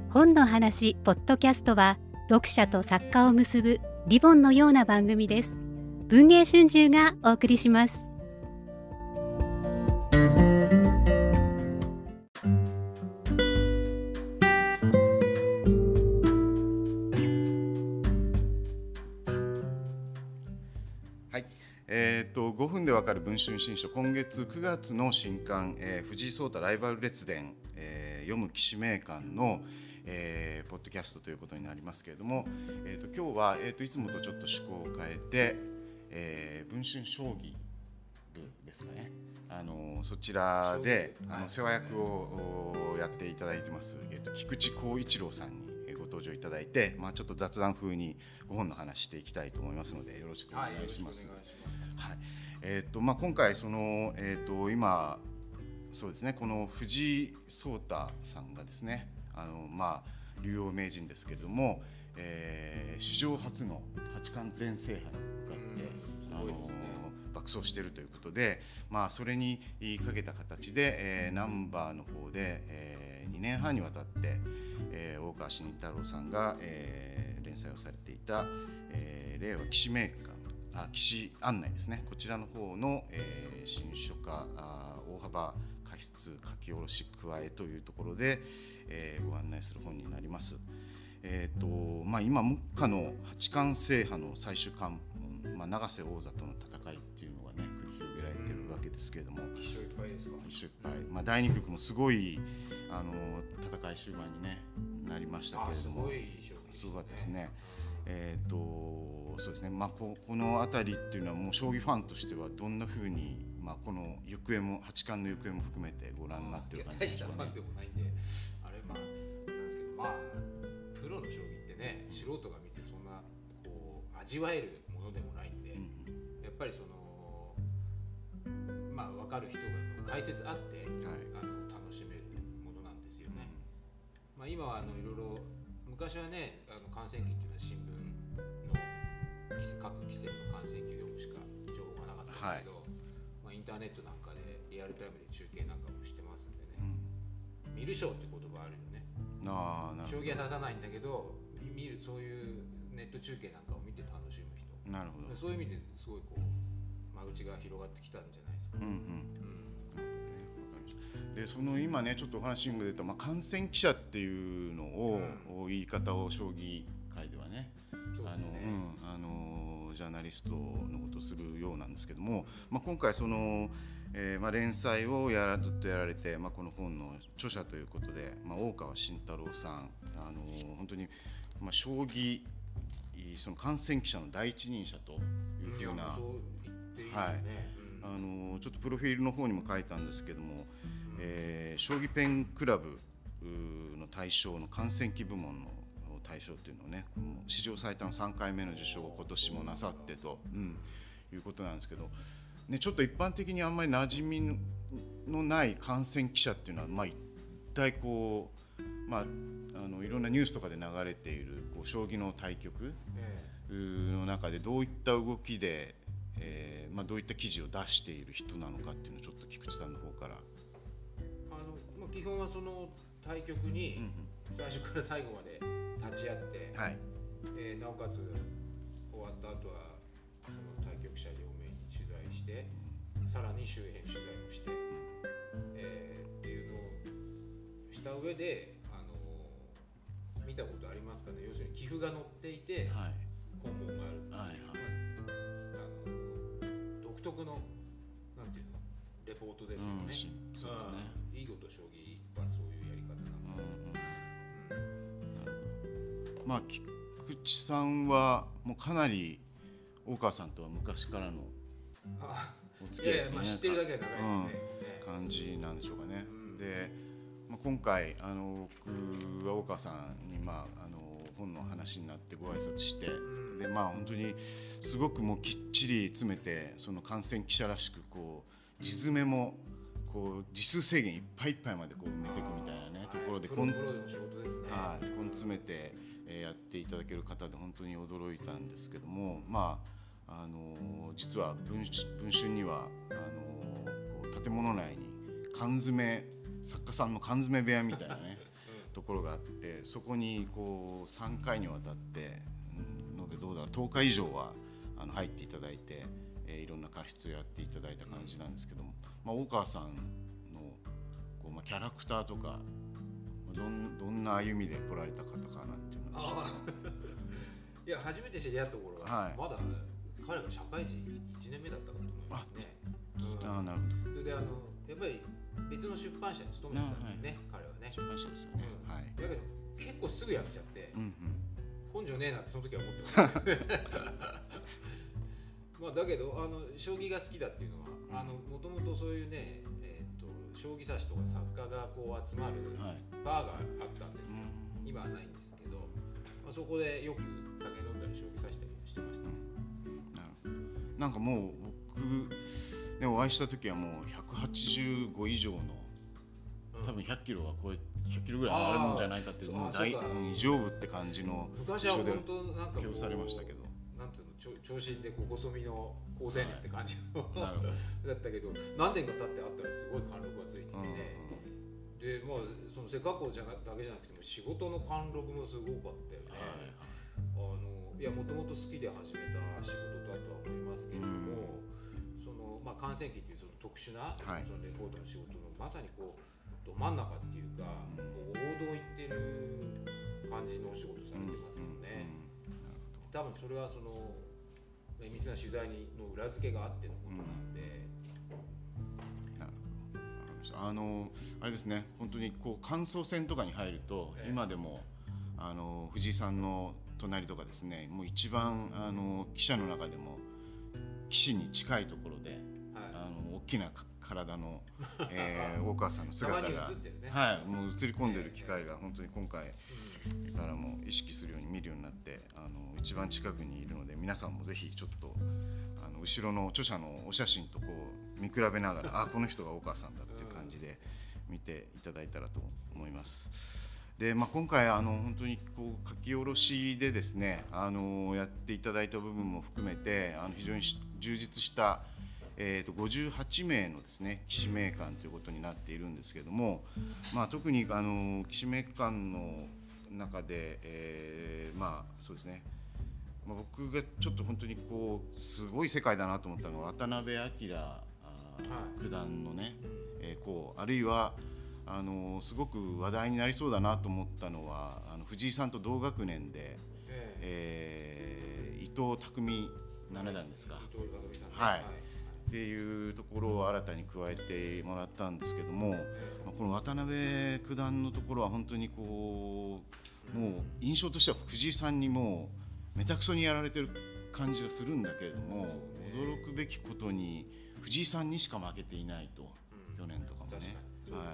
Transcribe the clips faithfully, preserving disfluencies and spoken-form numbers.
本の話ポッドキャストは読者と作家を結ぶリボンのような番組です。文藝春秋がお送りします。 えー、とごふんでわかる文春新書、今月くがつの新刊、えー、藤井聡太ライバル列伝、えー、読む騎士名鑑の、えー、ポッドキャストということになりますけれども、えー、と今日は、えー、といつもとちょっと趣向を変えて、えー、文春将棋部ですかね、あのそちらであの世話役をやっていただいてます、えー、と菊池浩一郎さんにご登場いただいて、まあ、ちょっと雑談風にご本の話していきたいと思いますのでよろしくお願いします。はい、えーとまあ、今回その、えー、と今そうですね、この藤井聡太さんがですね、あの、まあ、竜王名人ですけれども、えー、史上初の八冠全制覇に向かって、あの爆走しているということで、まあ、それにかけた形で、えー、ナンバーの方で、えー、にねんはんにわたって、えー、大川慎太郎さんが、えー、連載をされていた、えー、令和騎士名鑑、あ騎士案内ですね、こちらの方の、えー、新書化、あ大幅加筆書き下ろし加えというところで、えー、ご案内する本になります。えーとまあ、今目下の八冠制覇の最終関門、まあ、永瀬王座との戦いっていうのがね繰り広げられているわけですけれども、 一勝一敗ですか。 一勝一敗、まあ、だいにきょくもすごいあの戦い終盤に、ね、なりましたけれども、 すごい勝負ですね。 すごかったですね。えーとそうですね、まあ、こ, この辺りっていうのはもう将棋ファンとしてはどんな風に、まあ、この行方も八冠の行方も含めてご覧になってる感じですかね。 大したファンでもないんであれまあなんですけど、まあプロの将棋ってね、素人が見てそんなこう味わえるものでもないんで、うん、やっぱりそのまあ分かる人が解説あって、はい、あの楽しめるものなんですよね。うん、まあ、今はあのいろいろ昔はね、あの観戦記っていうのは新聞の各季節の観戦記を読むしか情報がなかったんですけど、はい、まあ、インターネットなんかでリアルタイムで中継なんかもしてますんでね、うん、見る将って言葉あるよね。 あ、なるほど。 将棋は指さないんだけど見る、そういうネット中継なんかを見て楽しむ人、 なるほど。 そういう意味ですごいこう間口が広がってきたんじゃないですか。うんうんうん、でその今ねちょっとお話にも出た、まあ、観戦記者っていうのを、うん、言い方を将棋界ではね、 そうですね、 あの、うん、あのジャーナリストのことをするようなんですけども、まあ、今回その、えーまあ、連載をやらずっとやられて、まあ、この本の著者ということで、まあ、大川慎太郎さん、あの本当に、まあ、将棋その観戦記者の第一人者というふうな、はい、あのちょっとプロフィールの方にも書いたんですけども、うん、えー、将棋ペンクラブの大賞の観戦記部門の大賞というのをね、史上最多のさんかいめの受賞を今年もなさってと、うん、いうことなんですけど、ね、ちょっと一般的にあんまり馴染みのない観戦記者っていうのは、まあ、一体こう、まあ、あのいろんなニュースとかで流れているこう将棋の対局の中でどういった動きで、えーまあ、どういった記事を出している人なのかっていうのをちょっと菊池さんの方から。 あの、まあ、基本はその対局に最初から最後まで立ち会って、はい、えー、なおかつ終わった後はその対局者両面に取材して、うん、さらに周辺取材をして、えー、っていうのをした上で、あのー、見たことありますかね。要するに棋譜が載っていて、はい、本文があるっていう、はいはい、あのー、独特のなんていうのレポートですよね。うん、そうだね。囲碁と将棋はそういうやり方なんだ。 うんうん、まあ菊池さんはもうかなり大川さんとは昔からのお付き合い、ね、いやいや、まあ、知ってるだけは長いですね、うん、感じなんでしょうかね。うん、で、まあ、今回あの僕は大川さんに、まあ、あの本の話になってご挨拶して、うん、でまあ本当にすごくもうきっちり詰めて、その観戦記者らしくこう字詰めもこう字数制限いっぱいいっぱいまでこう埋めていくみたいなねところで、 こん、プロの仕事ですね。 はい、こん詰めてやっていただける方で本当に驚いたんですけども、まああの実は 文, 文春にはあの建物内に缶詰作家さんの缶詰部屋みたいなねところがあって、そこにこうさんかいにわたって、うん、のでどうだろうとおか以上はあの入っていただいて、えー、いろんな加湿をやっていただいた感じなんですけども、まあ、大川さんのこう、まあ、キャラクターとかどん、どんな歩みで来られた方かなんていうのは。 いや初めて知り合った頃は、はい、まだ彼が社会人いちねんめだったかと思いますね。あ、 うん、あ、なるほど。 それであのやっぱり別の出版社に勤めてたんだよね、はい、彼はね。 出版社ですよね、うん、はい。 だけど結構すぐ辞めちゃって、うんうん、根性ねえなってその時は思ってましたまあだけどあの将棋が好きだっていうのはもともとそういうね、えー、と将棋指しとか作家がこう集まるバーがあったんですよ、はい、今はないんですけど、まあ、そこでよく酒飲んだり将棋指したりしてました、 うん、なるほど。なんかもう僕でお会いした時はもうひゃくはちじゅうご以上の多分ひゃっキロは超えひゃっキロぐらいあるんじゃないかっていう、もう大異常部って感じの昔は本当なんかこうされましたけど、 なんていうの長身でこう細身の高青年って感じの、はい、だったけど何年か経ってあったらすごい貫禄がついててね、うんうん、でまあその背格好じゃなだけじゃなくても仕事の貫禄もすごかったよね、はい、あのいやもともと好きで始めた仕事だとは思いますけれども、うん、そのまあ感染期っていうその特殊な、はい、そのレポートの仕事のまさにこうど真ん中っていうか、うん、王道行ってる感じのお仕事されてますよね、うんうん、多分それはその綿密な取材の裏付けがあってのことなんで、 うん、なるほど。あのあれですね、本当にこう感想戦とかに入ると、えー、今でもあの藤井さんの隣とかですね、もう一番あの記者の中でも棋士に近いところで、はい、あの大きな体の、えー、大川さんの姿が、ね、はい、もう映り込んでる機会が本当に今回からも意識するように見るようになって、あの一番近くにいるので、皆さんもぜひちょっとあの後ろの著者のお写真とこう見比べながらあこの人が大川さんだっていう感じで見ていただいたらと思います。で、まあ、今回あの本当にこう書き下ろしでですね、あのやっていただいた部分も含めてあの非常に充実したえー、とごじゅうはちめいのですね棋士名鑑ということになっているんですけれども、まあ、特にあの棋士名鑑の中で、えー、まあそうですね、まあ、僕がちょっと本当にこうすごい世界だなと思ったのは渡辺明九段のね、えー、こうあるいはあのすごく話題になりそうだなと思ったのはあの藤井さんと同学年で、えー、伊藤匠七段ですか、伊藤匠さん、ね、はい、はいっていうところを新たに加えてもらったんですけども、この渡辺九段のところは本当にこうもう印象としては藤井さんにもうめたくそにやられてる感じがするんだけれども、驚くべきことに藤井さんにしか負けていないと、去年とかもね、はい、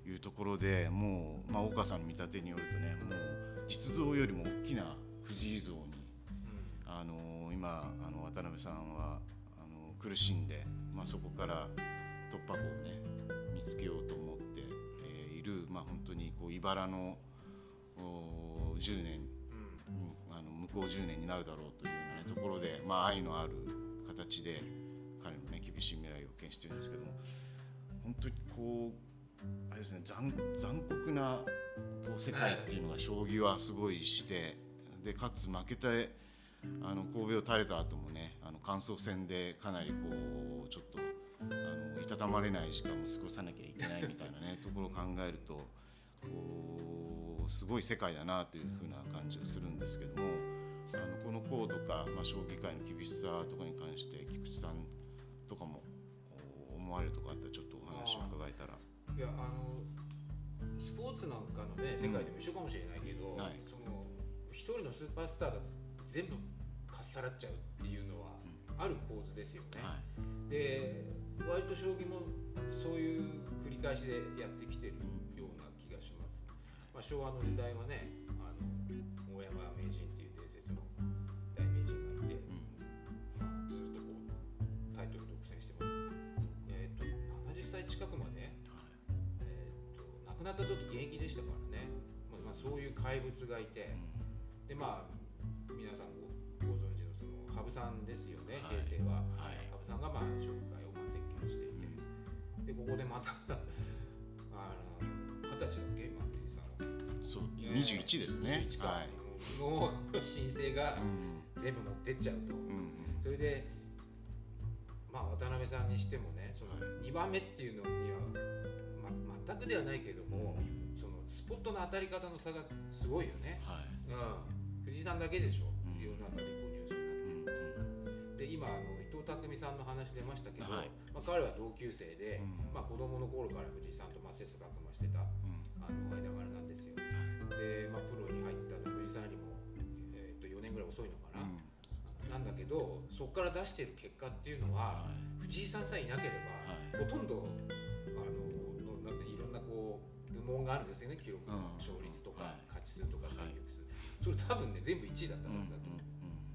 いうところでもう、まあ、大川さんの見立てによるとね、もう実像よりも大きな藤井像に、あの今あの渡辺さんは苦しんで、まあ、そこから突破口をね見つけようと思って、えー、いる、まあ、本当にこう茨のじゅうねん、うん、あの向こうじゅうねんになるだろうというような、ね、ところで、まあ、愛のある形で彼のね厳しい未来を予見しているんですけども、本当にこうあれですね、 残, 残酷なこう世界っていうのが将棋はすごいして、でかつ負けてあの神戸を垂れた後もね、あの感想戦でかなりこうちょっとあのいたたまれない時間も過ごさなきゃいけないみたいなねところを考えると、こうすごい世界だなというふうな感じがするんですけども、あのこの講とか、まあ、将棋界の厳しさとかに関して菊池さんとかも思われるところあったらちょっとお話を伺えたら。 いや、あのスポーツなんかのね世界でも一緒かもしれないけど、うん、はい、その一人のスーパースターが全部かっさらっちゃうっていうのはある構図ですよね、はい、で割と将棋もそういう繰り返しでやってきてるような気がします、まあ、昭和の時代はね、あの大山名人っていう伝説の大名人がいて、うん、まあ、ずっとこうタイトル独占しても、えー、とななじゅっさい近くまで、はい、えー、と亡くなった時現役でしたからね、まあ、そういう怪物がいて、うん、でまあ皆さん ご, ご存知のその羽生さんですよね、はい、平成は、はい、羽生さんがまあ将棋界をまあ席巻していて、うん、でここでまたあの二十歳だっけ、まあ、藤井さんはね、 にじゅういちですね。 にじゅういちか、はい、の申請が全部持ってっちゃうと、うん、それでまあ渡辺さんにしてもね、そのにばんめっていうのには、ま、全くではないけども、うん、そのスポットの当たり方の差がすごいよね、はい、うん、藤井さんだけでしょ、うん、世の中でこうニュースになってる、うん、で今あの伊藤匠さんの話出ましたけど、はい、まあ、彼は同級生で、うん、まあ、子供の頃から藤井さんとまあ切磋琢磨してた、うん、あの間柄なんですよ。で、まあ、プロに入ったの藤井さんよりも、えー、とよねんぐらい遅いのかな、うん、なんだけどそこから出している結果っていうのは、はい、藤井さんさえいなければ、はい、ほとんどあのなんていろんなこう部門があるんですよね、記録の勝率とか、うん、勝ち数とか対局数、はい、それ多分ね全部いちいだったはずだと、うん、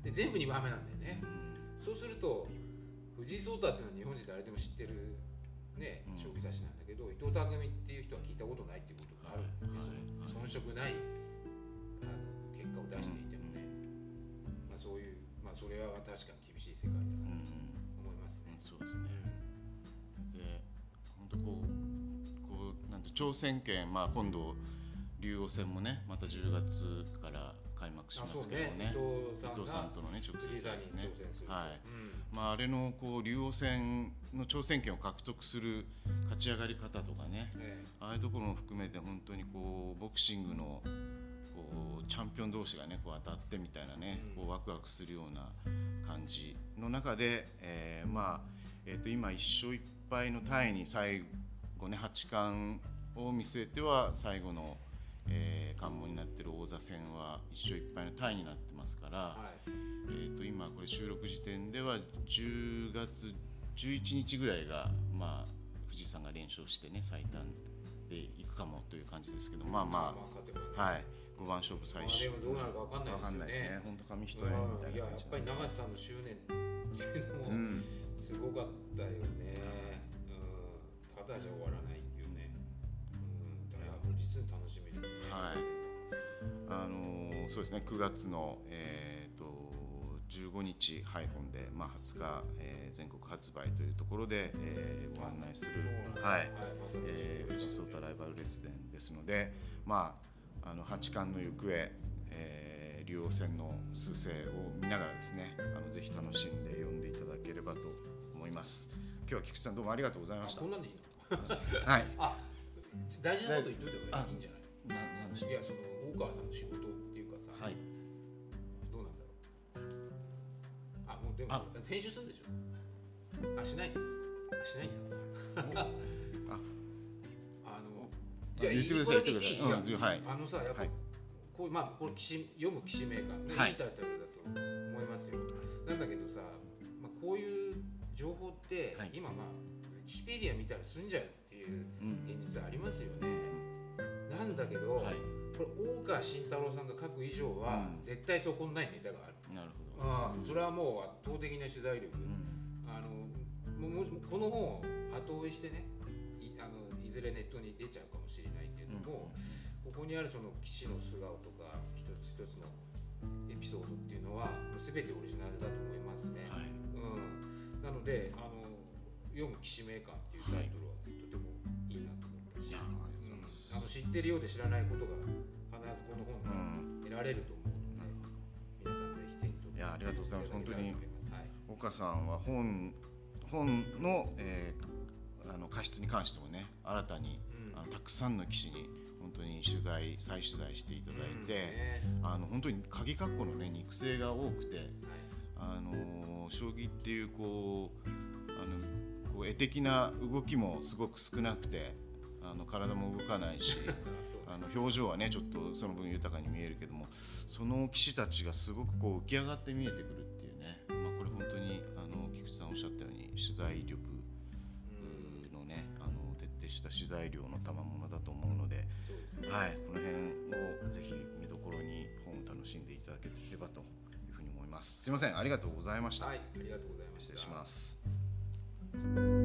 で全部にばんめなんだよね、うん、そうすると藤井聡太っていうのは日本人誰でも知ってる、ね、将棋指しなんだけど、うん、伊藤匠っていう人は聞いたことないっていうことがあるんで、はい、その遜色ないあの結果を出していてもね、うん、まあ、そういう、まあ、それは確かに厳しい世界だなと思いますね、うん、 そうですね。で本当こうこうなんて挑戦権、まあ、今度竜王戦もねまたじゅうがつから開幕しますけどね、 ね、伊藤さん伊藤さんとのね直接戦ですね。はい、 うん、 まあ、あれのこう竜王戦の挑戦権を獲得する勝ち上がり方とかね、ええ、ああいうところも含めて本当にこうボクシングのこうチャンピオン同士がねこう当たってみたいなね、うん、こうワクワクするような感じの中で、えー、まあ、えー、と今いっ勝いっ敗のタイに最後ね八冠を見据えては最後のえー、関門になっている王座戦はいっ勝いっ敗のタイになってますから、はい、えー、と今これ収録時点ではじゅうがつじゅういちにちぐらいが、まあ、藤井さんが連勝してね最短でいくかもという感じですけど、まあまあ、はい、ごばん勝負最終、 まあ、でもどうなるか分かんないですよね。 分かんないですね。本当紙一重みたいな感じ、 いや、やっぱり永瀬さんの執念っていうのもすごかったよね、うん、ただじゃ終わらないよね、うん、だから実に楽しみですね。 はい、あのー、そうですね、くがつの、えー、とじゅうごにち配本で、まあ、はつか、えー、全国発売というところで、えー、ご案内する、はい、えー、藤井聡太ライバル列伝ですので、まあ、あの八冠の行方、えー、竜王戦の趨勢を見ながらですね、あのぜひ楽しんで読んでいただければと思います。今日は菊池さんどうもありがとうございました。 こんなんでいいのはい、 あ、大事なこと言っといた方がいいんじゃない？ ななんでしょう。 いや、その大川さんの仕事っていうかさ、はい、どうなんだろう。あ、もうでも編集するんでしょ。あ、しない。あ、しないんだ。あ、あの、じゃあ言ってください。言ってください。いや、はい、あのさ、やっぱ、はい、こう、まあこれ棋士読む棋士名鑑ね、はい、いいタイトルだと思いますよ。なんだけどさ、まあこういう情報って、はい、今まあウィキペディア見たら済んじゃうっていう現実ありますよね。うん、なんだけど、はい、これ大川慎太郎さんが書く以上は、うん、絶対そこにないネタがある。 なるほど。ああ、それはもう圧倒的な取材力。うん、あのもうこの本を後追いしてね、いあのいずれネットに出ちゃうかもしれないけども、うん、ここにあるその棋士の素顔とか一つ一つのエピソードっていうのはもう全てオリジナルだと思いますね。はい、うん、なのであの読む棋士名鑑っていうタイトルはとてもいいなと思ったし、はい、ありがとうございます。あの知ってるようで知らないことが必ずこの本で得られると思うので、うん、皆さんぜひ手に取って。 いや、ありがとうございます。本当に岡さんは本本の、えー、あの過失に関してもね、新たに、うん、あのたくさんの棋士に本当に取材再取材していただいて、うんね、あの本当に鍵括弧のね肉声が多くて、はい、あの将棋っていうこうあのこう絵的な動きもすごく少なくて、あの体も動かないしあの表情はねちょっとその分豊かに見えるけども、その棋士たちがすごくこう浮き上がって見えてくるっていうね、まあ、これ本当にあの菊池さんおっしゃったように取材力のね、あの徹底した取材量の賜物だと思うので、そうですね、はい、この辺をぜひ見どころに本を楽しんでいただければというふうに思います。すいません、ありがとうございました。 はい、ありがとうございました。 失礼します。